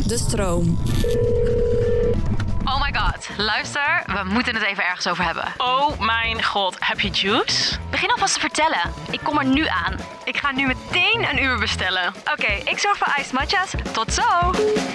De stroom. Oh my god, luister, we moeten het even ergens over hebben. Oh mijn god, heb je juice? Begin alvast te vertellen. Ik kom er nu aan. Ik ga nu meteen een uur bestellen. Oké, ik zorg voor iced matcha's. Tot zo!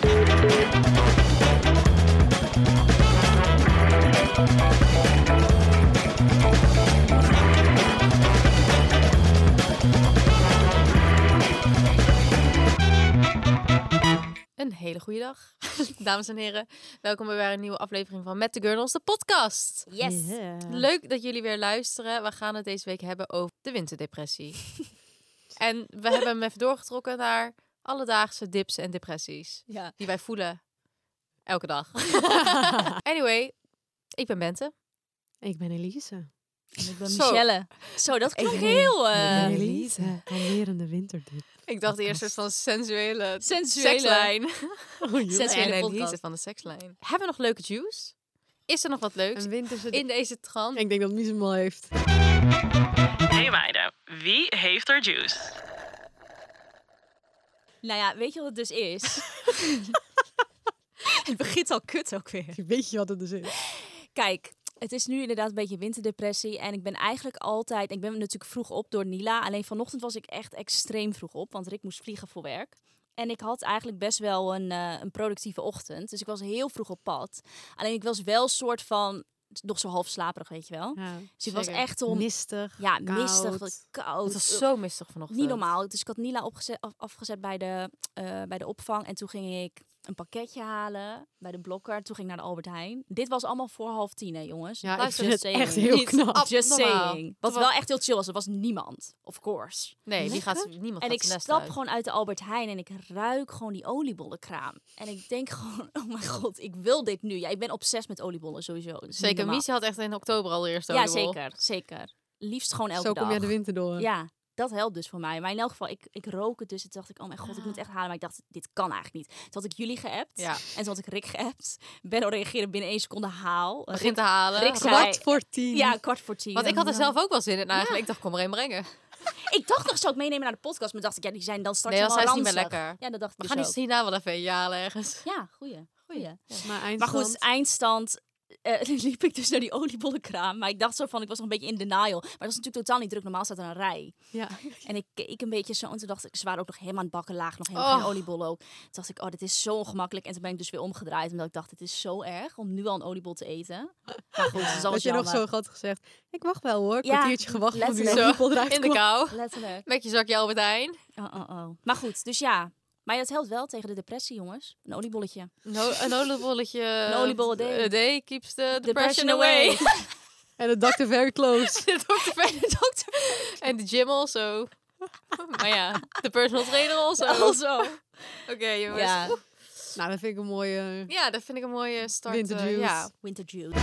Een hele goede dag, dames en heren. Welkom bij weer een nieuwe aflevering van Met de Girls, de podcast. Yes. Leuk dat jullie weer luisteren. We gaan het deze week hebben over de winterdepressie. En we hebben hem even doorgetrokken naar alledaagse dips en depressies. Ja. Die wij voelen elke dag. Anyway, ik ben Bente. Ik ben Elise. En ik ben Zo. Michelle. Zo, dat klinkt heel... Elise. Allerende winterdip. Ik dacht eerst een soort van sensuele Sensuele. sekslijn. Sensuele En podcast. Elise van de sekslijn. Hebben we nog leuke juice? Is er nog wat leuks Een winterse in deze trant? Ik denk dat Mies hem al heeft. Hey meiden, wie heeft er juice? Nou ja, weet je wat het dus is? Het begint al kut ook weer. Weet je wat het dus is? Kijk, het is nu inderdaad een beetje winterdepressie. En ik ben eigenlijk altijd... Ik ben natuurlijk vroeg op door Nila. Alleen vanochtend was ik echt extreem vroeg op. Want Rick moest vliegen voor werk. En ik had eigenlijk best wel een productieve ochtend. Dus ik was heel vroeg op pad. Alleen ik was wel soort van... nog zo half slaperig, weet je wel. Ja, Dus ik was zeker. echt om... mistig, Ja, koud. mistig, koud. Het was zo mistig vanochtend. Niet normaal. Dus ik had Nila afgezet bij de opvang. En toen ging ik een pakketje halen bij de Blokker. Toen ging ik naar de Albert Heijn. Dit was allemaal voor 9:30, hè, jongens. Ja, ik Luister, vind het just echt saying. heel Niet knap. Just abnormaal. saying. Wat Terwijl- wel echt heel chill was. Er was niemand. Of course. Nee, niemand En gaat ik zijn nest stap uit. gewoon uit de Albert Heijn en ik ruik gewoon die oliebollenkraam. En ik denk gewoon, oh mijn god, ik wil dit nu. Ja, ik ben obsessief met oliebollen sowieso. Dat is niet Zeker, normaal. Mies had echt in oktober al de eerste Ja, oliebol. zeker. Liefst gewoon elke Zo dag. kom jij de winter door. Ja, dat helpt dus voor mij. Maar in elk geval, ik rook het dus. En toen dacht ik, oh mijn god, ik moet het echt halen. Maar ik dacht, dit kan eigenlijk niet. Toen had ik jullie geappt. Ja. En toen had ik Rick geappt. Benno reageerde binnen 1 seconde haal. Begint te halen. Rick zei- Kwart voor 10. Ja, 9:15. Want ik had er zelf ook wel zin in eigenlijk. Ik dacht, kom er een brengen. Ik dacht nog, zou ik meenemen naar de podcast? Maar dacht ik, ja, die zijn dan straks Nee, dan allemaal zijn ze niet meer ranzig. lekker. Ja, dat dacht ik We dus gaan die ook. hierna wel even jalen ergens. Ja, goeie. Maar Maar goed, eindstand liep ik dus naar die oliebollenkraam. Maar ik dacht zo van, ik was nog een beetje in denial. Maar dat is natuurlijk totaal niet druk. Normaal staat er een rij. Ja. En ik keek een beetje zo. En toen dacht ik, ze waren ook nog helemaal aan het bakken. Laag nog helemaal geen oliebollen ook. Toen dacht ik, oh, dit is zo ongemakkelijk. En toen ben ik dus weer omgedraaid. Omdat ik dacht, het is zo erg om nu al een oliebol te eten. Maar goed, dat is Dat alles je nog jammer. zo had gezegd. Ik wacht wel hoor. Een Ja, kwartiertje gewacht. tot die letterlijk. oliebol eruit In de kwam. kou. Letterlijk. Met je zakje Albert Heijn. Oh. Maar goed, dus ja. Maar dat helpt wel tegen de depressie, jongens. Een oliebolletje. Een oliebolletje. Een oliebol a day. A day keeps the depression Depression away. away. En de dokter very close. De dokter. En de gym also. Maar ja, de personal trainer also. Also. Oké, jongens. Ja. Nou, dat vind ik een mooie... Ja, dat vind ik een mooie start. Winterjuice. Ja. Winter juice.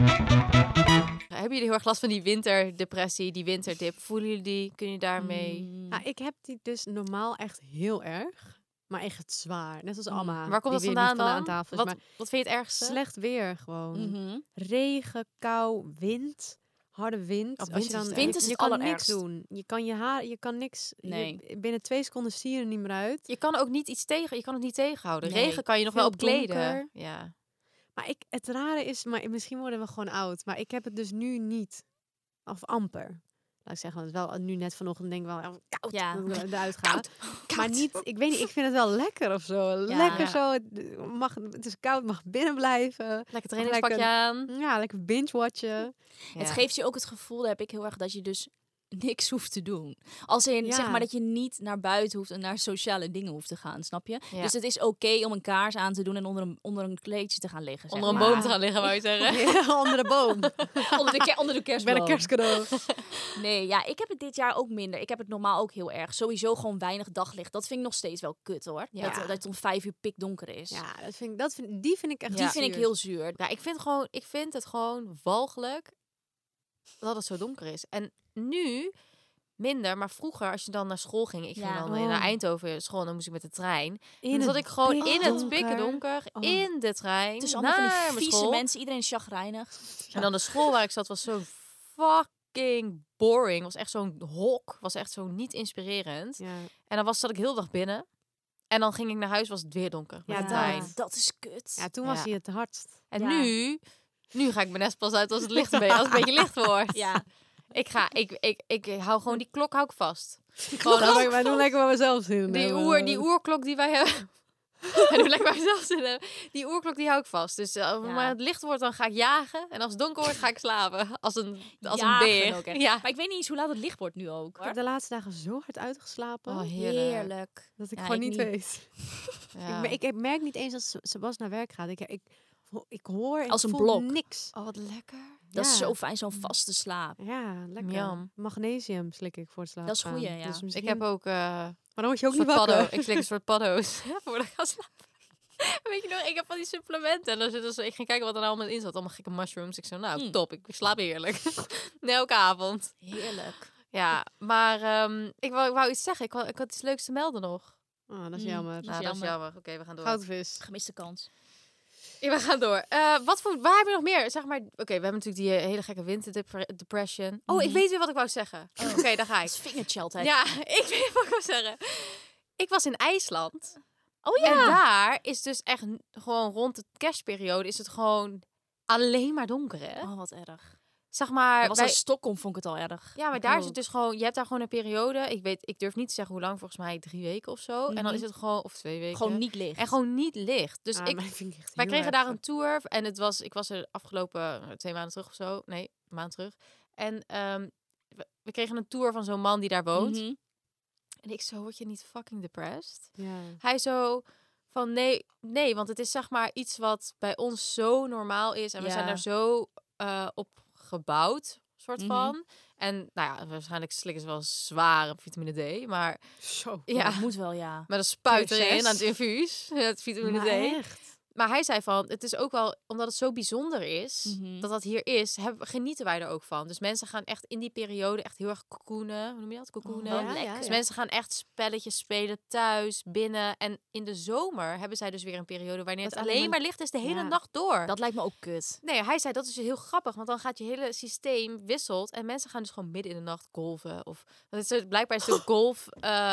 Hebben jullie heel erg last van die winterdepressie, die winterdip? Voelen jullie die? Kun je daarmee? Nou, ik heb die dus normaal echt heel erg. Maar echt zwaar. Net als Alma. Waar komt dat die weer vandaan niet dan? aan tafel is. Wat vind je het ergste? Slecht weer gewoon. Mhm. Regen, kou, wind. Harde wind. Oh, Als je wind is dan, het Wind is je het kan niks allerergst. doen. Je kan je haar, je kan niks. Nee. Binnen 2 seconden zie je er niet meer uit. Je kan ook niet iets tegen. Je kan het niet tegenhouden. Nee. Regen kan je nog Veel wel opkleden. donker. Ja. Maar het rare is, maar misschien worden we gewoon oud. Maar ik heb het dus nu niet. Of amper. Laat ik zeggen, want het is wel nu net vanochtend denk ik wel koud Ja. dat ik eruit ga. Maar niet, ik weet niet, ik vind het wel lekker of zo. Lekker Ja. zo. Het is koud, mag binnen blijven. Lekker trainingspakje aan. Ja, lekker binge-watchen. Het Ja. geeft je ook het gevoel, dat heb ik heel erg, dat je dus niks hoeft te doen. Als in, Ja. zeg maar, dat je niet naar buiten hoeft en naar sociale dingen hoeft te gaan, snap je? Ja. Dus het is oké om een kaars aan te doen en onder een kleedje te gaan liggen. Onder een zeg maar. boom te gaan liggen, wou je zeggen. Ja, onder de boom. onder de Ik kerstboom. ben een kerstcadeau. Nee, ja, ik heb het dit jaar ook minder. Ik heb het normaal ook heel erg. Sowieso gewoon weinig daglicht. Dat vind ik nog steeds wel kut, hoor. Ja. Dat het om 5 uur pikdonker is. Ja, die vind ik echt Die vind ik zuur. heel zuur. Ja, ik vind het gewoon walgelijk dat het zo donker is. En nu minder, maar vroeger als je dan naar school ging, ik ging Ja. dan Oh. naar Eindhoven school en dan moest ik met de trein. In Dan zat het ik gewoon in het pikdonker. pikkendonker Oh. in de trein Het is allemaal van naar die mijn vieze school. mensen. Iedereen is chagrijnig. En dan de school waar ik zat was zo fucking boring. Was echt zo'n hok. Was echt zo niet inspirerend. Ja. En dan zat ik heel de dag binnen. En dan ging ik naar huis, was het weer donker. Met Ja, de trein. Dat is kut. Ja, toen was Ja. hij het hardst. En Ja. nu ga ik mijn nest pas uit als het licht als het een beetje licht wordt. Ja. Ik hou gewoon die klok hou ik vast. Gewoon, wij doen lekker wat we zelf zien. Die oerklok die wij hebben. Wij doen lekker bij zelf zitten. Die oerklok die hou ik vast. Dus als het licht wordt, dan ga ik jagen. En als het donker wordt, ga ik slapen. Als een Jagen beer. ook, hè. Ja. Maar ik weet niet eens hoe laat het licht wordt nu ook. Ik heb de laatste dagen zo hard uitgeslapen. Oh, heerlijk. Heerlijk. dat ik Ja, gewoon ik niet niet. weet. Ja. Ik merk niet eens als Sebas naar werk gaat. Ik hoor en Als ik een voel blok. niks. Oh, wat lekker. Dat is Ja. zo fijn, zo'n vaste slaap. Ja, lekker. Miam. Magnesium slik ik voor het slapen. Dat is goeie, ja. Dus Ik misschien... heb ook Maar dan word je ook een niet soort wakker. paddo. Ik slik een soort paddo's voordat ik ga slapen. Weet je nog, ik heb van die supplementen. En dan zit ik ging kijken wat er nou allemaal in zat. Allemaal gekke mushrooms. Ik zo, nou, top. Ik slaap heerlijk. Elke avond. Heerlijk. Ja, maar ik wou iets zeggen. Ik had iets leuks te melden nog. Oh, dat is jammer. Dat is Nou, dat is jammer. jammer. Oké, we gaan door. Goudvis. Gemiste kans. Ja, we gaan door. Waar heb je nog meer? Zeg maar, oké, we hebben natuurlijk die hele gekke winterdepression. Oh, ik weet weer wat ik wou zeggen. Oké, daar ga Het ik. is vingertje altijd. Ja, ik weet wat ik wou zeggen. Ik was in IJsland. Oh ja. En daar is dus echt gewoon rond de kerstperiode is het gewoon alleen maar donker, hè? Oh, wat erg. Zeg maar, Dat was in Stockholm, vond ik het al erg. ja, maar Ik daar is ook. het dus gewoon, je hebt daar gewoon een periode. Ik durf niet te zeggen hoe lang, volgens mij 3 weken of zo. En dan Mhm. is het gewoon, of 2 weken. Gewoon niet licht. En gewoon niet licht. Dus Ah, mijn vind ik echt wij heel kregen erg daar een tour. En ik was er afgelopen 2 maanden terug of zo. Nee, een maand terug. En we kregen een tour van zo'n man die daar woont. Mhm. En ik zo, word je niet fucking depressed? Ja. Hij zo van nee, want het is zeg maar iets wat bij ons zo normaal is. En we zijn Ja. daar zo op gebouwd, soort Mhm. van. En nou ja, waarschijnlijk slikken ze wel zware vitamine D. Maar Zo. Ja, ja, dat moet wel, ja. met een spuit Keer erin 6. aan het infuus. Het vitamine Maar D. echt. Maar hij zei van, het is ook wel, omdat het zo bijzonder is, Mhm. dat hier is, genieten wij er ook van. Dus mensen gaan echt in die periode echt heel erg cocoonen. Hoe noem je dat? Cocoonen. Oh, Ja, lekker. ja, Dus ja. mensen gaan echt spelletjes spelen thuis, binnen. En in de zomer hebben zij dus weer een periode wanneer Dat het alleen alleen maar- maar licht is de hele Ja. nacht door. Dat lijkt me ook kut. Nee, hij zei dat is heel grappig, want dan gaat je hele systeem wisselt en mensen gaan dus gewoon midden in de nacht golven. Of dat is blijkbaar is de golf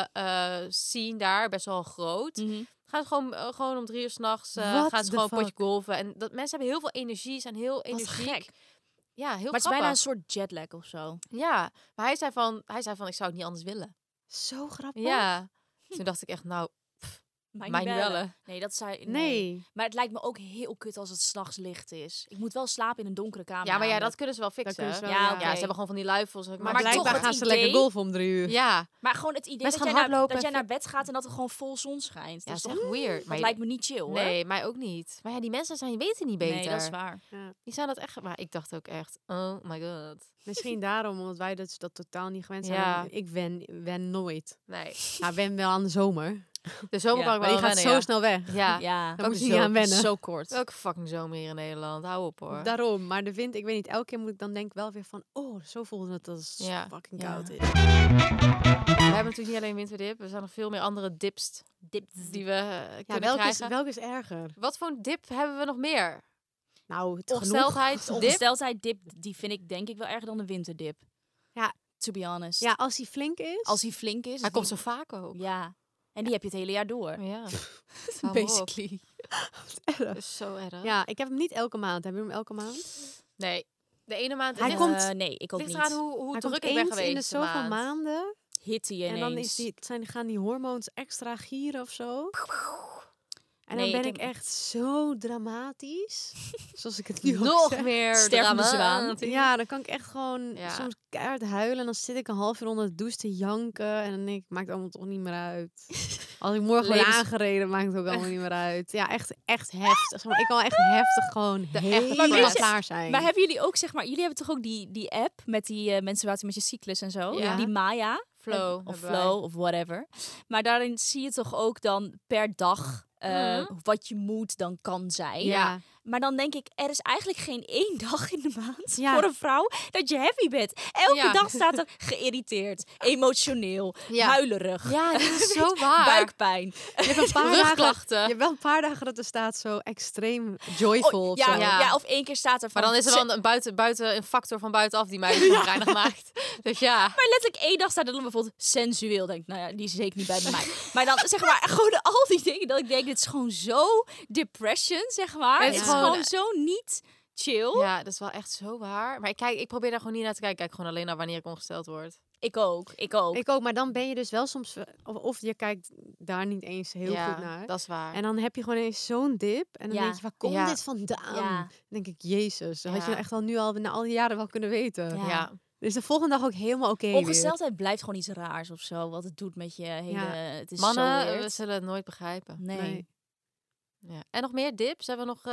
scene daar best wel groot. Mhm. Gaan ze gewoon om 3 uur 's nachts What gaan ze the gewoon een potje fuck? golven. En dat mensen hebben heel veel energie, zijn heel Wat energiek. gek. Ja, heel Maar het is grappig. bijna een soort jetlag of zo. Ja, maar hij zei van ik zou het niet anders willen. Zo grappig. Ja. Toen dacht ik echt, nou, mij niet bellen. Nee, dat zei... Nee. Maar het lijkt me ook heel kut als het 's nachts licht is. Ik moet wel slapen in een donkere kamer. Ja, maar ja, dat namelijk. kunnen ze wel fixen. kunnen ze wel, Ja, ja. oké. Ja, ze hebben gewoon van die luifels. Maar, Maar blijkbaar toch gaan het ze lekker idee- golven om 3 uur. Ja, Maar gewoon het idee Mensen dat gaan jij, hardlopen dat jij en naar bed gaat en dat er gewoon vol zon schijnt. ja, Dat, dat is is toch, echt weird. dat Maar lijkt me niet chill, hoor. nee, mij ook niet. Maar ja, die mensen weten niet beter. Nee, dat is waar. Die zijn dat echt... Maar ik dacht ook echt, oh my god. Misschien daarom, omdat wij dat totaal niet gewend zijn. Ja. Ik wen nooit. Nee. Nou, wen wel aan de zomer. De zomer Ja, kan ik Maar wel die gaat wennen, zo snel weg. Ja. Ja, Daar ook moet je zo- niet aan wennen. zo kort. Welke fucking zomer hier in Nederland. Hou op hoor. Daarom. Maar de wind, ik weet niet, elke keer moet ik dan denk ik wel weer van... Oh, zo voelde het als het Ja. fucking Ja. koud is. We hebben natuurlijk niet alleen winterdip. Er zijn nog veel meer andere dips die we Ja, kunnen krijgen. welke is erger? Wat voor een dip hebben we nog meer? Nou, het genoeg. Ongesteldheid, De dip. ongesteldheid dip, die vind ik denk ik wel erger dan de winterdip. Ja. To be honest. Ja, als hij flink is. Als hij flink is. Hij die- komt zo vaak ook. Ja. En die heb je het hele jaar door. Ja. Hou maar op. Basically. Dat is zo erg. Ja, ik heb hem niet elke maand. Heb je hem elke maand? Nee. De ene maand... Hij het komt- Nee, ik ook ligt niet. eraan hoe Hij druk komt ik ben eens geweest. in de zoveel maand. Hitty maanden. ineens. En dan gaan die hormoons extra gieren of zo. En Nee, dan ben ik ik heb- echt zo dramatisch. Zoals ik het nu ook Nog zeg. meer Stervende dramatisch. Ja, dan kan ik echt gewoon Ja. soms keihard huilen. En dan zit ik een half uur onder de douche te janken. En dan denk ik, maakt allemaal toch niet meer uit. Als ik morgen word Levens- aangereden, maakt het ook allemaal niet meer uit. Ja, echt heftig. Zeg maar, ik kan echt heftig gewoon echte helemaal crash. klaar zijn. Maar hebben jullie ook, zeg maar, jullie hebben toch ook die app met die menstruatie met je cyclus en zo? Ja. Die Maya. Flow. Of hebben wij. Flow, of whatever. Maar daarin zie je toch ook dan per dag Mhm. wat je moed dan kan zijn. Ja. Maar dan denk ik, er is eigenlijk geen één dag in de maand Ja. voor een vrouw dat je happy bent. Elke Ja. dag staat er geïrriteerd, emotioneel, Ja. huilerig, Ja, dit is zo waar. buikpijn. Je hebt een paar dagen, Rugklachten. je hebt wel een paar dagen dat er staat zo extreem joyful. of ja, zo. ja. Of één keer staat er van... Maar dan is er wel een factor van buitenaf die mij reinig maakt. Dus ja. Maar letterlijk één dag staat er dan bijvoorbeeld sensueel. Denk ik, nou ja, die is zeker niet bij mij. Maar dan zeg maar gewoon al die dingen dat ik denk, dit is gewoon zo depression, zeg maar. Het Het is is gewoon- gewoon zo niet chill. Ja, dat is wel echt zo waar. Maar ik probeer daar gewoon niet naar te kijken. Ik kijk gewoon alleen naar wanneer ik ongesteld word. Ik ook. Ik ook, maar dan ben je dus wel soms... Of je kijkt daar niet eens heel goed naar. Dat is waar. En dan heb je gewoon eens zo'n dip. En dan Ja. denk je, waar komt Ja. dit vandaan? Ja. Dan denk ik, jezus. Dat had je Ja. echt al nu al na al die jaren wel kunnen weten. Ja. ja. Dus de volgende dag ook helemaal oké weer. Ongesteldheid blijft gewoon iets raars of zo. Wat het doet met je hele... Ja. Het is Mannen, zo we weird. zullen het nooit begrijpen. Nee. Nee. Ja. En nog meer dips? Hebben we nog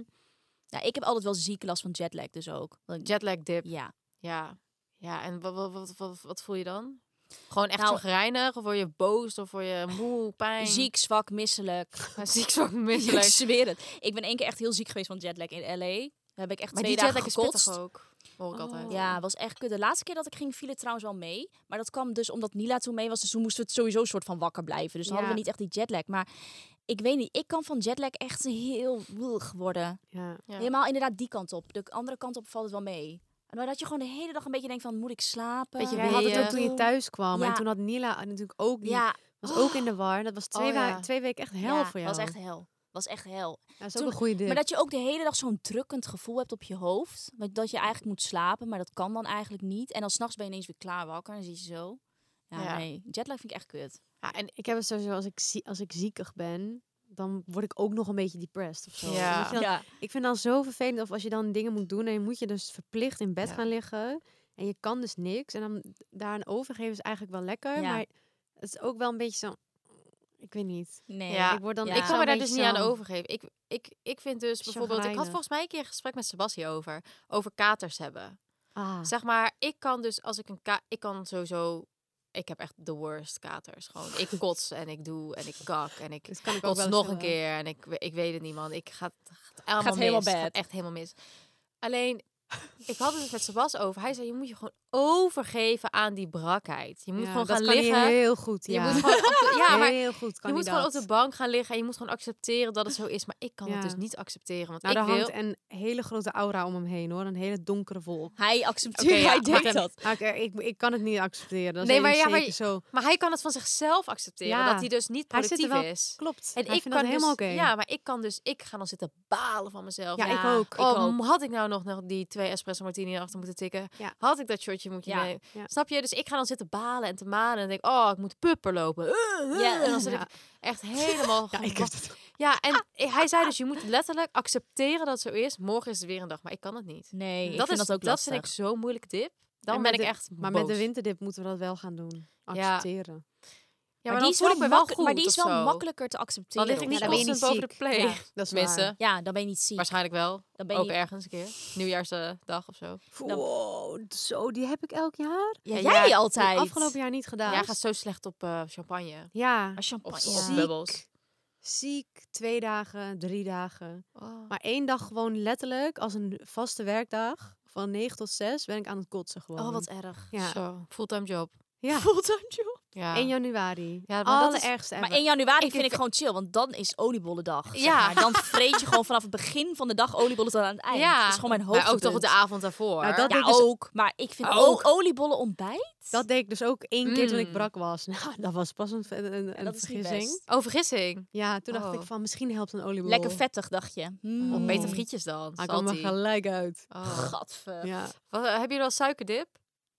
Ja, ik heb altijd wel zieke last van jetlag dus ook. Dat ik- jetlag dip? Ja. Ja. Ja, en wat voel je dan? Gewoon echt Nou- chagrijnig? Of word je boos? Of word je moe, pijn? Ziek, zwak, misselijk. Ja, ziek, zwak, Ik misselijk. zweer het. Ik ben één keer echt heel ziek geweest van jetlag in LA. Daar heb ik echt Maar 2 die dagen jetlag is gekotst. pittig ook. Hoor ik altijd. Ja, was echt kut. De laatste keer dat ik ging viel het trouwens wel mee. Maar dat kwam dus omdat Nila toen mee was. Dus toen moesten we het sowieso een soort van wakker blijven. Dus dan hadden we niet echt die jetlag. Maar ik weet niet, ik kan van jetlag echt heel willig worden. Ja. Ja. Helemaal inderdaad die kant op. De andere kant op valt het wel mee. Maar dat je gewoon de hele dag een beetje denkt van, moet ik slapen? Beetje Jij had het ook weeën. toen je thuis kwam. Ja. En toen had Nila natuurlijk ook, die Ja, was ook in de war. Dat was Oh, ja. 2 weken echt hel ja, voor jou. was echt hel. Was echt hel. Dat is ook toen- een goede dip. Maar dat je ook de hele dag zo'n drukkend gevoel hebt op je hoofd. Dat je eigenlijk moet slapen, maar dat kan dan eigenlijk niet. En dan s'nachts ben je ineens weer klaar wakker en dan zit je zo. Ja, Ja. nee. Jetlag vind ik echt kut. Ja, en ik heb het sowieso, als ik ziekig ben, dan word ik ook nog een beetje depressed of zo. Ja. Weet je dan- Ja. Ik vind dan zo vervelend of als je dan dingen moet doen en je moet je dus verplicht in bed Ja. gaan liggen. En je kan dus niks. En dan daaraan overgeven is eigenlijk wel lekker. Ja. Maar het is ook wel een beetje zo... Ik weet niet. Nee. Ja, Ik word dan Ja. echt Ik zo kan me een daar dus beetje niet aan zo- overgeven. Ik vind dus bijvoorbeeld... Ik had Chagrijnig. volgens mij een keer een gesprek met Sebastian over katers hebben. Ah. Zeg maar, ik kan dus als ik ik kan sowieso... Ik heb echt de worst katers. Gewoon, ik kots en ik doe en ik kak en ik Dus kan ik ook kots wel eens nog een hebben. keer en ik weet het niet, man. Ik gaat allemaal Gaat helemaal mis. bad. Gaat echt helemaal mis. Alleen, ik had het dus met Sebas over. Hij zei, je moet je gewoon overgeven aan die brakheid. Je moet Ja, gewoon dat gaan kan hij liggen. heel goed, Je ja. moet gewoon op de, ja, maar heel goed kan je moet hij gewoon op dat. de bank gaan liggen en je moet gewoon accepteren dat het zo is. Maar ik kan het Ja. dus niet accepteren, want Nou, ik daar wil... hangt een hele grote aura om hem heen, hoor. Een hele donkere wolk. Hij accepteert, Oké, ja, hij maar- denkt dat. Maar ik kan het niet accepteren. Dat is Nee, maar één ja, maar zeker zo. Maar hij kan het van zichzelf accepteren, Ja. dat hij dus niet Hij zit er productief wel- is. Klopt. En Hij ik vindt kan dat helemaal dus, oké. ja, maar ik ga dan zitten balen van mezelf. Ja, Ja, ik ook. ik Oh, ook. had ik nou nog die 2 espresso martini achter moeten tikken? Ja. Had ik dat shotje moeten Ja. nemen? Ja. Snap je? Dus ik ga dan zitten balen en te manen en denk, oh, ik moet pupper lopen. Ja. En dan zit Ja. ik echt helemaal... Ja, ik heb het. Ja, en hij zei dus, je moet letterlijk accepteren dat het zo is. Morgen is het weer een dag, maar ik kan het niet. Nee, ik dat vind is, dat ook dat lastig. vind ik zo'n moeilijke tip. Dan En ben met ik de- echt Maar boos. met de winterdip moeten we dat wel gaan doen. Ja. Accepteren. Ja, maar dan die is voel wel ik me wel makkelijk, goed maar die is of wel zo. makkelijker te Dan accepteren. lig ik niet dan ben je constant niet boven de ziek. play. Ja. Dat is Tenminste, waar. Ja, dan ben je niet ziek. waarschijnlijk wel. Dan ben Ook je... ergens een keer. Nieuwjaarsdag of zo. Wow, zo, die heb ik elk jaar. Ja, Ja, jij ja, altijd. Afgelopen jaar niet gedaan. Jij gaat zo slecht op champagne. Ja, Maar champagne. Of Ziek. bubbels. ziek. 2 dagen, 3 dagen. Oh. Maar 1 dag gewoon letterlijk als een vaste werkdag. Van 9 tot 6 ben ik aan het kotsen gewoon. Oh, wat erg. Ja. Zo, fulltime job. Ja, Fulltime job. Ja. 1 januari. Ja, maar dat is- Allerergste Maar ever. 1 januari Ik vind ik vind- gewoon chill, want dan is oliebollendag. zeg Ja. maar. Dan vreet je gewoon vanaf het begin van de dag oliebollen tot aan het eind. Ja. Dat is gewoon mijn Maar ook hoogtepunt. toch op de avond daarvoor. Nou, dat Ja, deed ik dus- ook. Maar ik vind Ook. oliebollen ontbijt. Dat deed ik dus ook 1 keer toen ik Mm. brak was. Nou, dat was pas een dat is niet vergissing. best. Oh, vergissing. Ja, toen dacht Oh. ik van misschien helpt een oliebol. Lekker vettig, dacht je. Mm. Of beter frietjes dan. Hij kwam er Salty. gelijk uit. Oh. Gadver. Ja. Hebben jullie wel suikerdip?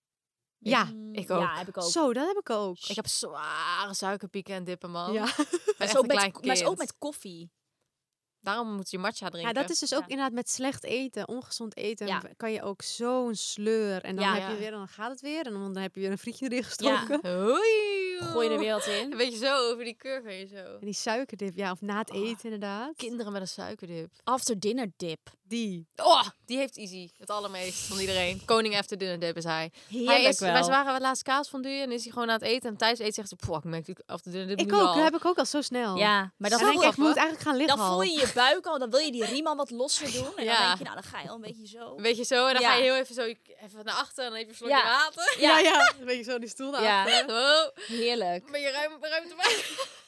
Ja, Mm, ik ook. Ja, heb ik ook. Zo, dat heb ik ook. Ik heb zware suikerpieken en dippen, man. Ja. Ik ben maar, echt is ook een klein met, maar is ook kind. met koffie. Daarom moet je matcha drinken. Ja, dat is dus ook Ja. inderdaad met slecht eten, ongezond eten. Ja. Kan je ook zo'n sleur. En dan Ja. heb Ja. je weer, dan gaat het weer. En dan heb je weer een frietje erin Ja. gestoken. Hoi. Gooi je er weer wat in. Een beetje zo over die curve heen zo. En die suikerdip, ja, of na het eten inderdaad. Kinderen met een suikerdip. After dinner dip. Die. Oh, die heeft easy. Het allermeest van iedereen. Koning after dinner dip is hij. Heerlijk wel. Wij waren laatst kaasfondue en is hij gewoon aan het eten. En tijdens eten zegt ze, ik merk natuurlijk after dinner dip Ik nu ook. al. Dat heb ik ook al zo snel. Ja, maar dan Dan denk ik, ik voel, moet eigenlijk gaan liggen dan voel al. je je buik al. Dan wil je die riem al wat losser doen. En Ja. dan denk je, nou, dan ga je al een beetje zo. Weet je zo? En dan Ja. ga je heel even zo even naar achter en dan even een slokje Ja. water. Ja. Een beetje zo die stoel naar Ja. achter. Oh, Heerlijk. ben je ruimte bij?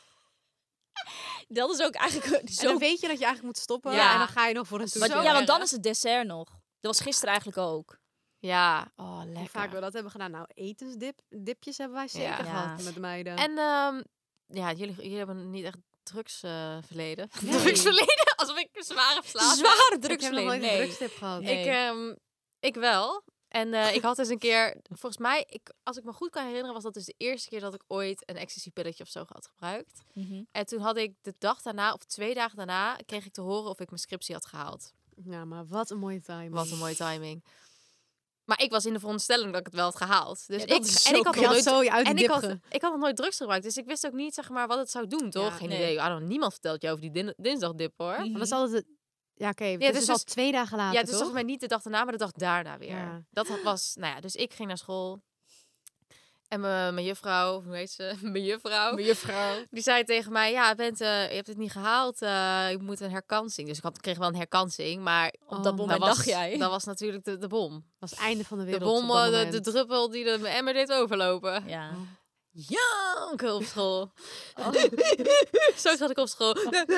Dat is ook eigenlijk En zo... dan weet je dat je eigenlijk moet stoppen. Ja. En dan ga je nog voor een Zo toetje. Want, ja, want dan erg. is het dessert nog. Dat was gisteren eigenlijk ook. Ja, oh Hoe lekker. vaak we dat hebben gedaan. Nou, etensdipjes hebben wij zeker Ja. gehad met de meiden. En ja, jullie hebben niet echt drugsverleden. Nee. Drugsverleden? Alsof ik zware verslaafd ben. Zware ik heb nog drugsverleden. nooit een Nee. drugstip gehad. Nee. Ik wel. En ik had dus een keer, volgens mij, als ik me goed kan herinneren, was dat dus de eerste keer dat ik ooit een ecstasy-pilletje of zo had gebruikt. Mhm. En toen had ik de dag daarna, of 2 dagen daarna, kreeg ik te horen of ik mijn scriptie had gehaald. Ja, maar wat een mooie time. Wat een mooie timing. Maar ik was in de veronderstelling dat ik het wel had gehaald. Dus Ja, dat ik, is en zo ik had Je nog had nooit, zo je uit de en dip ik had nog nooit drugs gebruikt. Dus ik wist ook niet, zeg maar, wat het zou doen, toch? Ja, Geen nee. idee. Niemand vertelt je over die dinsdagdip, hoor. Mhm. Maar dat is altijd het... Ja, oké. het Het is is al dus- 2 dagen later, Ja, dus toch? volgens mij niet de dag daarna, maar de dag daarna weer. Ja. Dat was, nou ja, dus ik ging naar school. En mijn juffrouw, hoe heet ze? Mijn juffrouw. Die zei tegen mij, ja, Bente, je hebt het niet gehaald. Je moet een herkansing. Dus ik kreeg wel een herkansing, maar Op dat moment dat was, dacht jij. dat was natuurlijk de bom. Dat was het einde van de De wereld bom, op dat de moment. druppel die de emmer deed overlopen. Ja. Janken op school. Zo zat ik op school.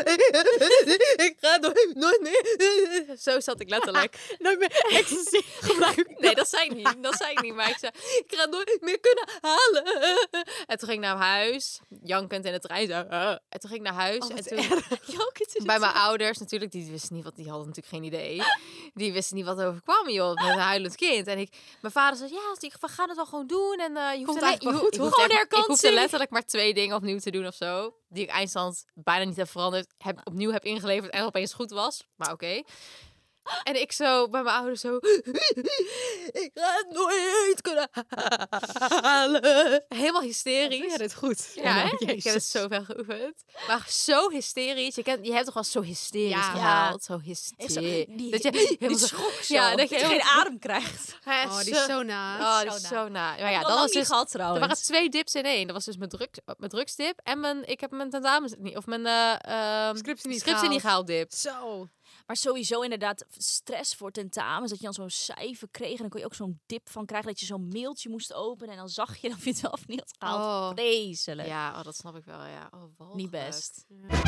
Ik ga nooit meer. Zo zat ik letterlijk. Nooit meer ecstasy gebruiken. Nee, dat zei ik niet. Maar ik zei, ik ga het nooit meer kunnen halen. En toen ging ik naar huis. Jankend in de trein. Zo. En toen ging ik naar huis. en toen bij mijn ouders natuurlijk. Die wisten niet die hadden natuurlijk geen idee. Die wisten niet wat er overkwam, joh. Met een huilend kind. En mijn vader zei, ja, we gaan het wel gewoon doen. En je hoeft eigenlijk wel goed, hoor. ik hoefde letterlijk maar 2 dingen opnieuw te doen of zo. Die ik eindstand bijna niet heb veranderd. Opnieuw heb ingeleverd en opeens goed was. Maar oké. En ik zo bij mijn ouders zo. Ik ga het nooit kunnen halen. Helemaal hysterisch. Ja, dit goed. Ja, hè? Jezus. Ik heb het zoveel geoefend. Maar zo hysterisch. Je hebt toch wel zo hysterisch Ja. gehaald. Zo Zo, hysterisch. die, Dat je die helemaal zo- schok zo. Ja, dat je geen helemaal- adem krijgt. Oh, die is zo na. Oh, Zo die is na. zo na. Maar Ja, ja, dat dat was niet dus... gehad Er trouwens. waren 2 dips in 1. Dat was dus mijn drugsdip en ik heb mijn tentamens niet, of mijn Scriptie niet gehaald dip. Zo. Maar sowieso inderdaad stress voor tentamens. Dat je dan zo'n cijfer kreeg. En dan kon je ook zo'n dip van krijgen. Dat je zo'n mailtje moest openen. En dan zag je dat je het wel of niet had gehaald. Oh. Vreselijk. Ja, dat snap ik wel, ja. Oh, walgelijk. Niet best.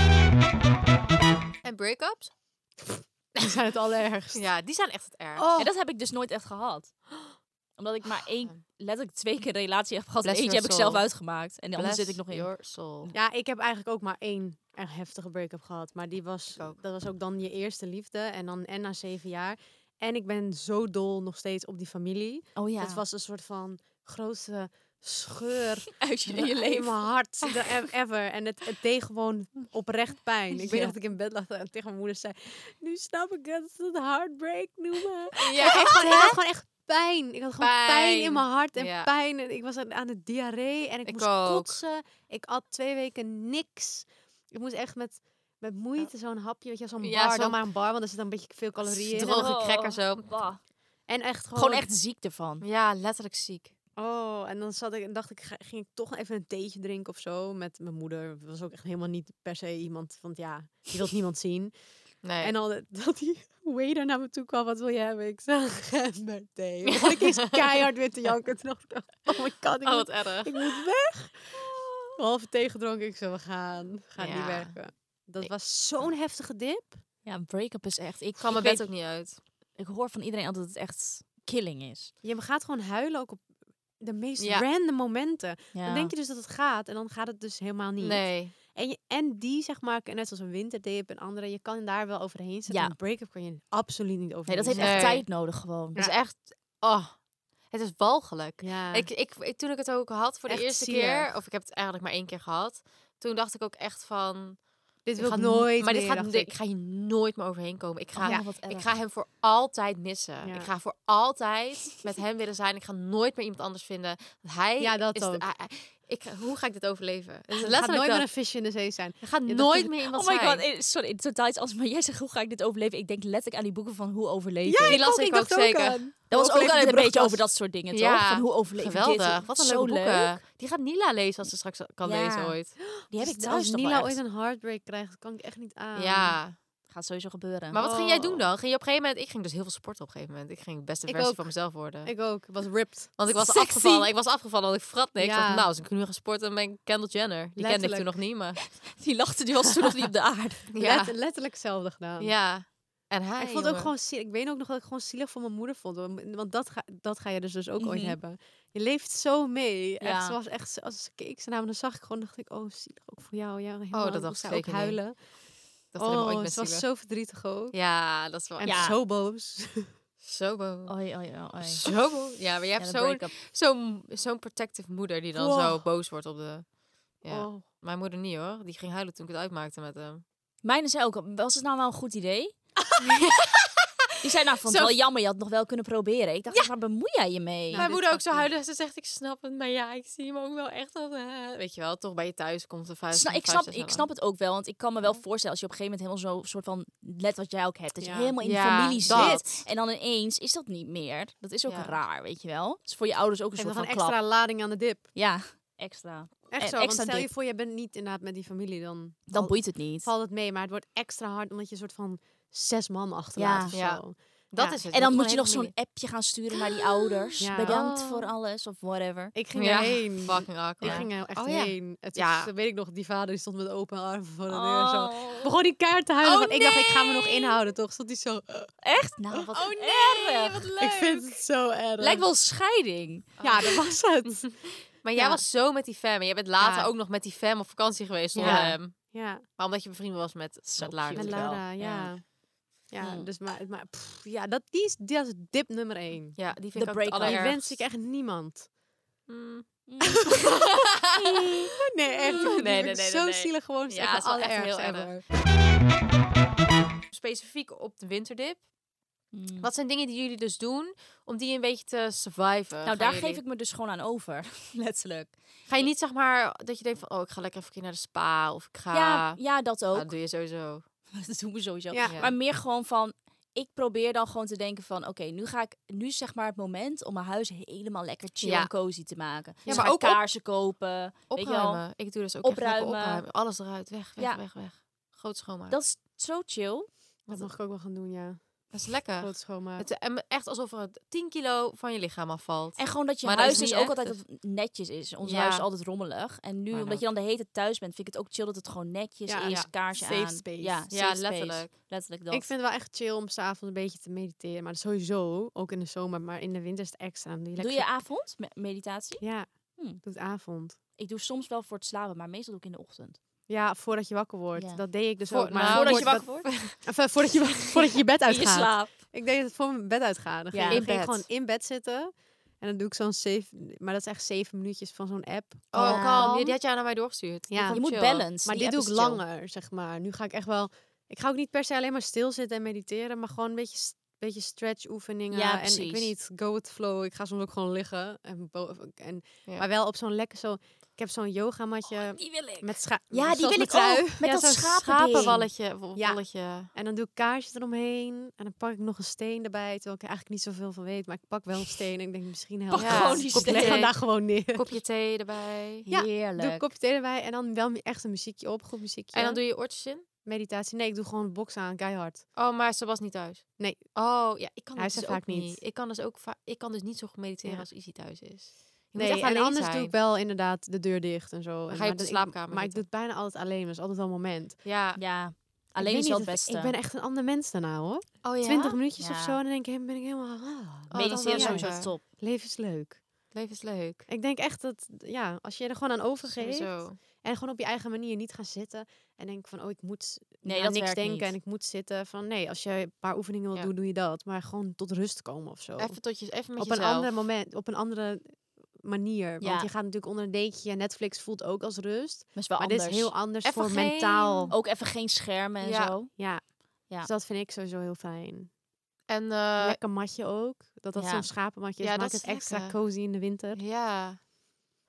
En break-ups? Die zijn het allerergst. Ja, die zijn echt het erg. Oh. En dat heb ik dus nooit echt gehad. Omdat ik maar letterlijk 2 keer een relatie heb gehad. Bless Eentje your heb ik zelf soul. uitgemaakt. En de andere zit ik nog in. Your soul. Ja, ik heb eigenlijk ook maar 1 erg heftige break-up gehad. Maar die was, Ik ook. dat was ook dan je eerste liefde. En na 7 jaar. En ik ben zo dol nog steeds op die familie. Oh ja. Het was een soort van grootste scheur uit je in leven. mijn hart ever. En het deed gewoon oprecht pijn. Ik weet Ja. nog dat ik in bed lag en tegen mijn moeder zei... Nu snap ik dat ze het heartbreak noemen. Ja, ik had gewoon echt pijn. Ik had gewoon pijn Pijn. in mijn hart en Ja. pijn. En ik was aan de diarree en ik Ik moest ook. kotsen. Ik at 2 weken niks. Ik moest echt met moeite zo'n hapje, weet je, zo'n Ja, bar, zo'n- dan maar een bar, want er zit dan een beetje veel calorieën in. Droge cracker zo. Bah. En echt Gewoon echt ziek ervan. Ja, letterlijk ziek. Oh, en dan dacht ik, ging ik toch even een theetje drinken of zo met mijn moeder. Dat was ook echt helemaal niet per se iemand, want ja, je wilt niemand zien. Nee. En dan dat die waiter naar me toe kwam, wat wil je hebben? Ik zei, gemberthee. Want ik is keihard weer te janken. Toen dacht ik, oh my god, Oh, wat erg. ik moet weg. Halve thee gedronken, ik zo, we gaan Ja. niet werken. Dat was zo'n heftige dip. Ja, een break-up is echt... Ik kwam mijn weet- bed ook niet uit. Ik hoor van iedereen altijd dat het echt killing is. Je gaat gewoon huilen ook op de meest Ja. random momenten. Ja. Dan denk je dus dat het gaat en dan gaat het dus helemaal niet. Nee. En die, zeg maar, net zoals een winterdip en andere, je kan daar wel overheen zetten. Ja. Een break-up kan je absoluut niet Nee, overheen dat heeft Nee. echt tijd nodig gewoon. Het is echt... Oh, het is walgelijk. Ja. Toen ik het ook had voor de Echt eerste zielig. keer, of ik heb het eigenlijk maar 1 keer gehad, toen dacht ik ook echt van... Dit wil ga ik nooit maar meer, dacht ik ga hier nooit meer overheen komen. Ik ga, Oh, wat erg. ik ga hem voor altijd missen. Ja. Ik ga voor altijd met hem willen zijn. Ik ga nooit meer iemand anders vinden. Want hij Ja, dat is ook. Hoe ga ik dit overleven? Het is Het gaat letterlijk nooit dat. meer een visje in de zee zijn. Je gaat Ja, dat nooit is- meer iemand Oh my zijn. god, sorry, in totaal iets anders. Maar jij zegt, hoe ga ik dit overleven? Ik denk letterlijk aan die boeken van hoe overleven. Ja, Die las ik ook dacht zeker. aan. Dat was ook Overleven altijd de een beetje brugklas. over dat soort dingen, Ja, toch? Van hoe overleven Geweldig. dit. Wat een Zo leuke boeken. Die gaat Nila lezen als ze straks kan Ja. lezen ooit. Die heb ik Dus thuis als nog wel Nila ergens. ooit een heartbreak krijgt, kan ik echt niet aan. Ja. Gaat sowieso gebeuren. Maar wat ging jij Oh. doen dan? Ging je op een gegeven moment... Ik ging dus heel veel sporten op een gegeven moment. Ik ging de beste Ik versie ook. van mezelf worden. Ik ook. Ik was ripped. Want ik was Sexy. afgevallen. Ik was afgevallen, want ik vrat niks. Ja. Ik dacht, nou, als ik nu ga sporten, dan ben ik Kendall Jenner. Die kende ik Letterlijk. toen nog niet, maar... Die lachte, die was toen nog niet op de aarde. Ja. Letterlijk hetzelfde gedaan. Ja. En hij, Ik vond het ook jongen. gewoon zielig. Ik weet ook nog dat ik gewoon zielig voor mijn moeder vond. Want dat ga je dus ook ooit Mhm. hebben. Je leeft zo mee. Ja. Echt, ze was echt, als ik keek ze naar me, dan zag ik gewoon, dacht ik, oh, zielig ook voor jou. Ja, helemaal, dat ik dacht moest ik daar ook zeker niet. huilen. Dat helemaal ooit Oh, met ze was zielig. zo verdrietig ook. Ja, dat is wel... En Ja. zo boos. Zo boos. Oei, oei, oei. Zo boos. Ja, maar je hebt Ja, de zo'n break-up. zo'n protective moeder die dan Wow. zo boos wordt op de... Ja. Oh. Mijn moeder niet hoor. Die ging huilen toen ik het uitmaakte met hem. Mijne zei ook, was het nou wel een goed idee? Die zei, nou, vond het Zo- wel jammer, je had het nog wel kunnen proberen. Ik dacht, waar bemoei jij je mee? Nou, Mijn dit moeder ook zo pakt huilen. Ze zegt, ik snap het, maar ja, ik zie hem ook wel echt als... Weet je wel, toch bij je thuis komt de vuist. Ik snap het ook wel, want ik kan me wel voorstellen als je op een gegeven moment helemaal zo soort van, net wat jij ook hebt, dat je Ja. helemaal in die Ja, familie dat. zit en dan ineens is dat niet meer. Dat is ook Ja. raar, weet je wel. Dus voor je ouders ook een Geef soort nog van een extra klap. lading aan de dip. Ja, extra. Echt En zo, want extra stel je dip. voor, je bent niet inderdaad met die familie, dan Dan boeit het niet. valt het mee. Maar het wordt extra hard, omdat je een soort van 6 man Ja. achterlaat of Ja. zo. Dat Ja. is het. En dan wordt moet je nog gewoon zo'n appje gaan sturen naar die ouders. Ja. Bedankt Oh. voor alles of whatever. Ik ging Ja, erheen. fucking awkward. Ik ging er echt Oh, ja. heen. Het Ja. weet ik nog, die vader die stond met open armen voor de deur. Oh. Zo. Begon die keihard te huilen. Oh, want ik dacht, ik ga me nog nee. inhouden, toch? Stond hij zo... Echt? Nou, wat Oh erg. wat leuk. Ik vind het zo erg. Lijkt wel een scheiding. Ja, dat was het. Maar jij Ja. was zo met die fam. En jij bent later Ja. ook nog met die fam op vakantie geweest zonder Ja. hem. Ja, Maar omdat je bevriend was met Lara. cute met wel. Laura, ja. Ja, Hmm. dus maar ja, dat is dip nummer 1. Ja, die vind De ik ook break-up. het Die allerergst. wens ik echt niemand. Mm. Nee, echt. Nee, Zo nee. zielig gewoon. Ja, Ja, het echt is wel echt allerergst heel ever. Specifiek op de winterdip. Mm. Wat zijn dingen die jullie dus doen om die een beetje te surviven? Nou, daar geef ik me dus gewoon aan over. Letterlijk. Ga je niet zeg maar dat je denkt van, oh, ik ga lekker even een keer naar de spa of ik ga... Ja, dat ook. dat doe je sowieso. Dat doen we sowieso. Ja. Ja. Maar meer gewoon van, ik probeer dan gewoon te denken van, oké, nu is zeg maar het moment om mijn huis helemaal lekker chill Ja. en cozy te maken. Dus maar ga ook kaarsen kopen. Weet je wel. Opruimen. Ik doe dus ook echt lekker Opruimen. opruimen. Alles eruit. Weg. Ja. Groot schoonmaken. Dat is zo chill. Dat mag ik ook wel gaan doen, ja. Dat is lekker. Groot schoonmaken. Het, en echt alsof er 10 kilo van je lichaam afvalt. En gewoon dat je Maar dat huis is dus niet ook echt, altijd netjes is. Ons Ja. huis is altijd rommelig. En nu, Maar omdat je dan de hele tijd thuis bent, vind ik het ook chill dat het gewoon netjes Ja, is. ja. Kaarsje Safe aan. space. Ja, Ja, safe space. letterlijk. Letterlijk dat. Ik vind het wel echt chill om s'avonds een beetje te mediteren. Maar sowieso, ook in de zomer. Maar in de winter is het extra. Dan Doe lekker je avond meditatie? Ja, Hm. doe het avond. Ik doe soms wel voor het slapen, maar meestal doe ik in de ochtend. Ja, voordat je wakker wordt. Ja. Dat deed ik dus Voor- ook. Maar nou, Voordat je voordat wakker wordt? voordat je je bed In je uitgaat. slaap. Ik deed het voor mijn bed uitgaan. Dan Ja. ging, dan In ging ik bed. gewoon in bed zitten. En dan doe ik zo'n 7... Maar dat is echt 7 minuutjes van zo'n app. Oh, Ja. kalm. Die had jij naar mij doorgestuurd. Ja. Die vond Je ik moet chill. balance. Maar Die dit doe app ik is chill. langer, zeg maar. Nu ga ik echt wel... Ik ga ook niet per se alleen maar stilzitten en mediteren. Maar gewoon een beetje stretch oefeningen. Ja, en precies. ik weet niet, go with the flow. Ik ga soms ook gewoon liggen. Ja. Maar wel op zo'n lekker zo... Ik heb zo'n yogamatje Die wil ik. met scha... Ja, die zoals wil ik trui. ook. Met Ja, dat zo'n schapending. schapenwalletje. Ja. Walletje. En dan doe ik kaarsjes eromheen. En dan pak ik nog een steen erbij. Terwijl ik er eigenlijk niet zoveel van weet. Maar ik pak wel een steen. En ik denk, misschien helpt Pak het. gewoon die Ik leg steen. hem daar gewoon neer. Kopje thee erbij. Ja, Doe Heerlijk. een kopje thee erbij. En dan wel echt een muziekje op. Goed muziekje. En dan doe je oortjes in? meditatie. Nee, ik doe gewoon box aan. Keihard. Oh, maar ze was niet thuis? Nee. Oh, ja. Ik kan Hij dat is dus er ook vaak niet. niet. Ik kan dus niet zo goed mediteren Ja. als Izzy thuis is. Je moet Nee, echt en alleen anders zijn. doe ik wel inderdaad de deur dicht en zo. ga je Maar op de dat- slaapkamer Maar ik doe zitten. het bijna altijd alleen. Dat is altijd wel een moment. Ja. Ja, Ik alleen weet is wel niet, het beste. Ik ben echt een ander mens daarna, hoor. Oh ja? 20 minuutjes of Ja. zo. En dan denk ik, ben ik helemaal... Mediteren wel is sowieso lekker. top. leven is leuk. Leven is leuk. Ik denk echt dat, ja, als je er gewoon aan overgeeft. Sowieso. En gewoon op je eigen manier niet gaan zitten. En denk van, oh, ik moet Nee, aan dat niks werkt denken niet. en ik moet zitten. Van nee, als je een paar oefeningen wil Ja. doen, doe je dat. Maar gewoon tot rust komen of zo. Even met Op een jezelf. ander moment, op een andere manier. Ja. Want je gaat natuurlijk onder een dekentje. En Netflix voelt ook als rust. Maar is wel Maar anders. dit is heel anders Even voor geen- mentaal. Ook even geen schermen en Ja. zo. Ja. Ja. Dus dat vind ik sowieso heel fijn. En Lekker matje ook. Dat ja. zo'n schapenmatje is. Ja, maakt dat het is extra lekker. cozy in de winter. ja.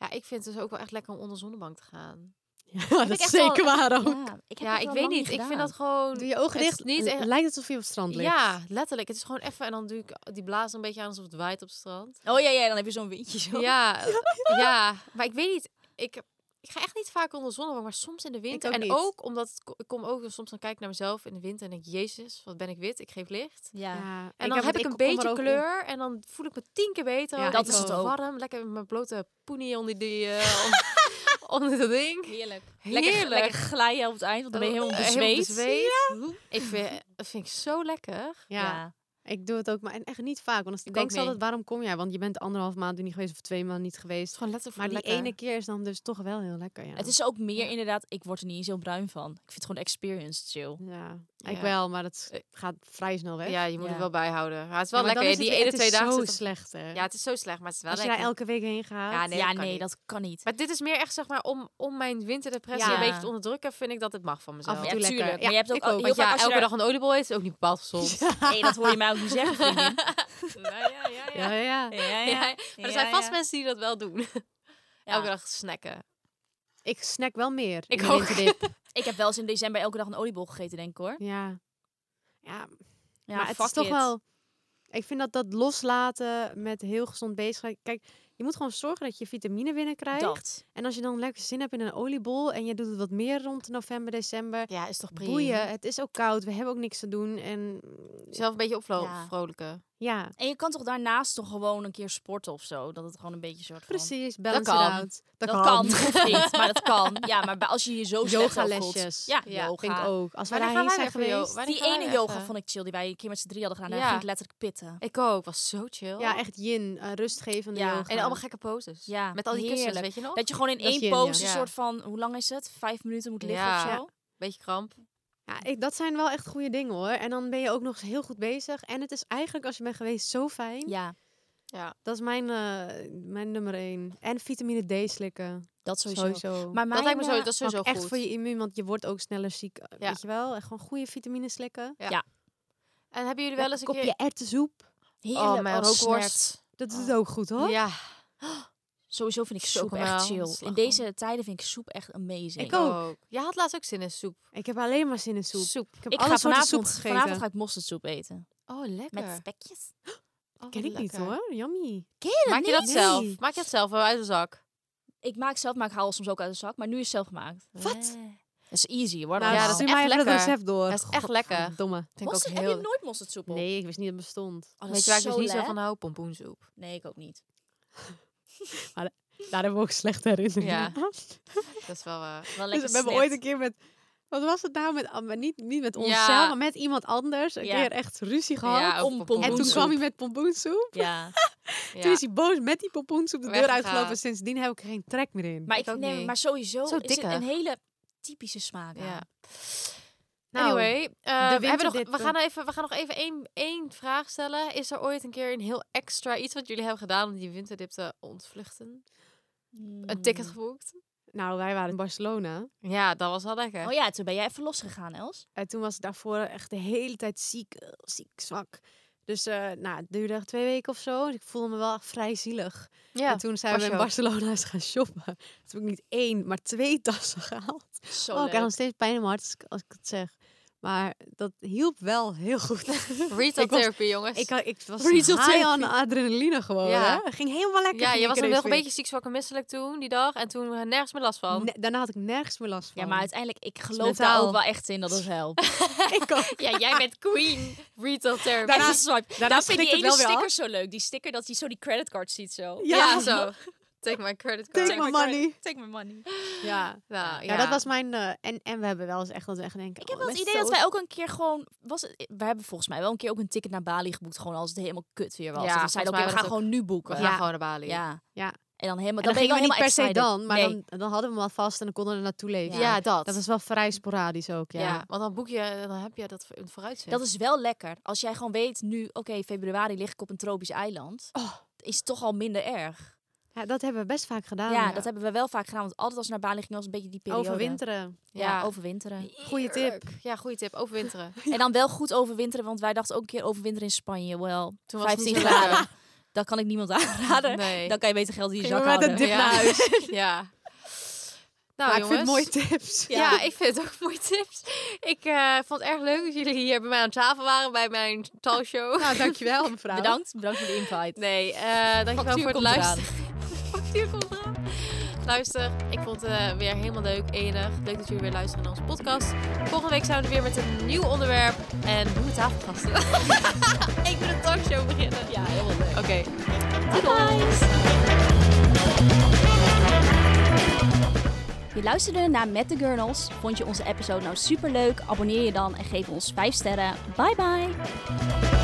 Ja, ik vind het dus ook wel echt lekker om onder zonnebank te gaan. Ja, dat is echt zeker wel- waar ook. Ja, ik, heb Ja, het ik wel weet lang niet. Ik vind gedaan. dat gewoon... Doe je ogen het is dicht. niet echt- Lijkt het alsof je op het strand ligt. Ja, letterlijk. Het is gewoon even en dan doe ik die blaas een beetje aan alsof het waait op het strand. Oh ja, dan heb je zo'n windje zo. Ja, maar ik weet niet. Ik ga echt niet vaak onder de zonnebank, maar soms in de winter. ook En niet. ook omdat ik kom ook soms dan kijk ik naar mezelf in de winter en denk Jezus, wat ben ik wit? Ik geef licht. Ja. Ja, En dan heb ik een kom er beetje ook op. kleur en dan voel ik me 10 keer beter. Ja, ook. dat Ik is word het ook. warm, lekker met mijn blote poenie onder die onder dat ding. Heerlijk. Heerlijk. Lekker glijden op het eind, want dan ben je helemaal bezweet. bezweet. Dat vind ik zo lekker. Ja, ik doe het ook, maar en echt niet vaak. Want ik Ik denk ook ze altijd, niet. waarom kom jij? Want je bent 1,5 maand er niet geweest of 2 maanden niet Het geweest. is gewoon letterlijk Maar die lekker. ene keer is dan dus toch wel heel lekker, ja. Het is ook meer inderdaad, ik word er niet eens heel bruin van. Ik vind het gewoon experience chill. Ja, Ja. ik wel, maar dat gaat vrij snel weg. Ja, je moet Ja. het wel bijhouden. Maar het is wel Ja, maar dan lekker. is Die het- ene het 2 is dagen zo zit er- slecht, hè. Ja, het is zo slecht, maar het is wel Als je lekker. daar elke week heen gaat. Ja, nee, ja, dat kan nee, niet. dat kan niet. Maar dit is meer echt, zeg maar, om mijn winterdepressie Ja. een beetje te onderdrukken, vind ik dat het mag van mezelf. Af en Ja, toe tuurlijk. lekker. Maar je hebt ook, ik ook. heel Want vaak ja, als je elke daar- dag een oliebol eten is ook niet bepaald gezond. Nee, dat hoor je mij ook niet zeggen, vriendin. Ja. Ja, maar er zijn vast mensen die dat wel doen. Ja. Elke dag snacken. Ik snack wel meer. Ik in de ook. winterdip. Ik heb wel eens in december elke dag een oliebol gegeten, denk ik hoor. Ja. Ja, Ja, maar het fuck is toch it. wel... Ik vind dat loslaten met heel gezond bezig zijn. Kijk, je moet gewoon zorgen dat je vitamine binnenkrijgt. Dat. En als je dan lekker zin hebt in een oliebol en je doet het wat meer rond november, december. Ja, is toch prima. Boeien, het is ook koud, we hebben ook niks te doen. En Zelf een beetje Ja. opvrolijken. ja, En je kan toch daarnaast toch gewoon een keer sporten of zo? Dat het gewoon een beetje soort van... precies, balance kan. it out. Dat kan, hoeft niet, maar dat kan. Ja, maar als je je zo slecht voelt... Yogalesjes. Ja, Ja, yoga. Vind ik ook. Als we Wanneer daarheen gaan wij zijn weer voor geweest. Wanneer Die gaan wij ene weer yoga even? vond ik chill, die wij een keer met z'n 3 hadden gedaan. Daar Ja. ging ik letterlijk pitten. Ik ook, was zo chill. Ja, echt yin, rustgevende Ja, yoga. En allemaal gekke poses. Ja, Met al die kussens, heerlijk. weet je nog? Dat je gewoon in Dat is één yin, pose ja. een soort van... Hoe lang is het? 5 minuten moet liggen Ja. of zo? Beetje kramp. Ja, dat zijn wel echt goede dingen hoor. En dan ben je ook nog eens heel goed bezig. En het is eigenlijk, als je bent geweest, zo fijn. Ja, Ja. Dat is mijn nummer 1. En vitamine D slikken. dat sowieso. Sowieso. Maar Dat lijkt me mijn, zo, dat is sowieso Ook echt goed. voor je immuun, want je wordt ook sneller ziek. Ja. Weet je wel? En gewoon goede vitamine slikken. En hebben jullie wel eens een kopje keer... erwtensoep. heerlijk, Oh, mijn als rookworst. snert. Dat doet ook goed hoor. Ja, Sowieso vind ik soep Chocomel, echt chill. In slagroom. deze tijden vind ik soep echt amazing. Ik ook. Je had laatst ook zin in soep. Ik heb alleen maar zin in soep. Soep. Ik heb Ik alle ga soorten soep vanavond, gegeten. vanavond ga ik mosterdsoep eten. Oh, lekker. Met spekjes. Oh, Ken ik niet lekker. hoor. Yummy. Maak je dat niet? zelf? Nee. Maak je dat zelf uit de zak? Ik maak zelf, maar ik haal soms ook uit de zak. Maar nu is het zelf gemaakt. Wat? Dat is easy hoor. Nou, Ja, allemaal. dat stuur is mij echt even dat lekker. recept door. Dat is echt lekker. Domme. Vind ik ook Mosterd, heel... heb je nooit mosterdsoep op? Nee, ik wist niet dat het bestond. Oh, dat Weet is je waar ik dus niet zo lep. van hou? Pompoensoep. Nee, ik ook niet. Daar hebben we ook slechte herinneringen Ja. aan. Dat is wel... Wel Dus lekker we hebben snit. ooit een keer met... Wat was het nou? Maar niet met onszelf, Ja. maar met iemand anders. Een Ja. keer echt ruzie gehad. Ja, over om En pompoensoep. toen kwam hij met pompoensoep. Ja, Toen is hij boos met die pompoensoep de deur Weggegaan. uitgelopen. Sindsdien heb ik er geen trek meer in. maar, Ik ook nee, niet. maar sowieso Zo is het dikker. een hele typische smaak aan. Ja. Nou, Anyway, we, hebben nog, winterdip, we gaan nog even één vraag stellen. Is er ooit een keer een heel extra iets wat jullie hebben gedaan om die winterdip te ontvluchten? Een ticket geboekt? Nou, wij waren in Barcelona. Ja, dat was wel lekker. Oh ja, toen ben jij even losgegaan, Els. En toen was ik daarvoor echt de hele tijd ziek, zwak. Dus het duurde echt 2 weken of zo. Dus ik voelde me wel echt vrij zielig. Ja, En toen zijn was we in je ook. Barcelona eens gaan shoppen. Toen heb ik niet 1, maar 2 tassen gehaald. Zo Oh, ik leuk. heb nog steeds pijn in mijn hart als ik het zeg. Maar dat hielp wel heel goed. Retail Ik was- therapy, jongens. Ik was Retail high therapy. on adrenaline gewoon. Ja. Hè? Het ging helemaal lekker. ja, ging je ik was nog ineens een weer. beetje ziek, zwak en misselijk toen, die dag. En toen nergens meer last van. Daarna had ik nergens meer last van. Ja, maar uiteindelijk, ik geloof mentaal. daar ook wel echt in dat het helpt. ik ook. Ja, jij bent queen retail therapy. Daarna- Even swipe. daarna Daarna vind ik schrikt die het ene wel weer sticker zo leuk. Die sticker dat hij zo die creditcard ziet zo. Ja, zo. Take my credit card. Take my money. Take my money. Ja. Nou, Ja, dat was mijn... en we hebben wel eens echt dat we echt denken... Ik heb oh, wel het best idee dat zo- wij ook een keer gewoon... We hebben volgens mij wel een keer ook een ticket naar Bali geboekt. Gewoon als het helemaal kut weer was. Ja, En we zeiden, volgens oké, mij we gaan was gewoon nu boeken. We gaan gewoon naar Bali. Ja. Ja. En dan helemaal... En dan ben je gingen we niet wel per se helemaal dan, maar Nee. dan hadden we hem al vast en dan konden we er naartoe leven. Ja, dat. Dat was wel vrij sporadisch ook, ja. Ja, want dan boek je, dan heb je dat in het vooruitzicht. Dat is wel lekker. Als jij gewoon weet, nu, oké, februari lig ik op een tropisch eiland. Oh. Is het toch al minder erg. Ja, dat hebben we best vaak gedaan. Ja, dat hebben we wel vaak gedaan. Want altijd als we naar Bali gingen, was een beetje die periode. Overwinteren. Ja, overwinteren. Goeie tip. Ja, goede tip. Overwinteren. En dan wel goed overwinteren, want wij dachten ook een keer overwinteren in Spanje. Wel, Toen was het 15 niet zo graden. lekker. Dat kan ik niemand aanraden. Nee. Dan kan je beter geld in je Ging zak maar met houden. een dip naar huis. Ja. Nou, Maar ik vind het jongens. mooie tips. Ja, ik vind het ook mooie tips. Ik vond het erg leuk dat jullie hier bij mij aan tafel waren bij mijn talkshow. Nou, dankjewel mevrouw. Bedankt voor de invite. Nee, dankjewel Factuur voor het komt luisteren. Factuur komt eraan. Luister, ik vond het weer helemaal leuk, enig. Leuk dat jullie weer luisteren naar onze podcast. Volgende week zijn we weer met een nieuw onderwerp. En doen we tafelgasten. Ik wil een talkshow beginnen. Ja, heel leuk. Oké. Je luisterde naar Met de Gurnals. Vond je onze episode nou superleuk? Abonneer je dan en geef ons 5 sterren. Bye bye!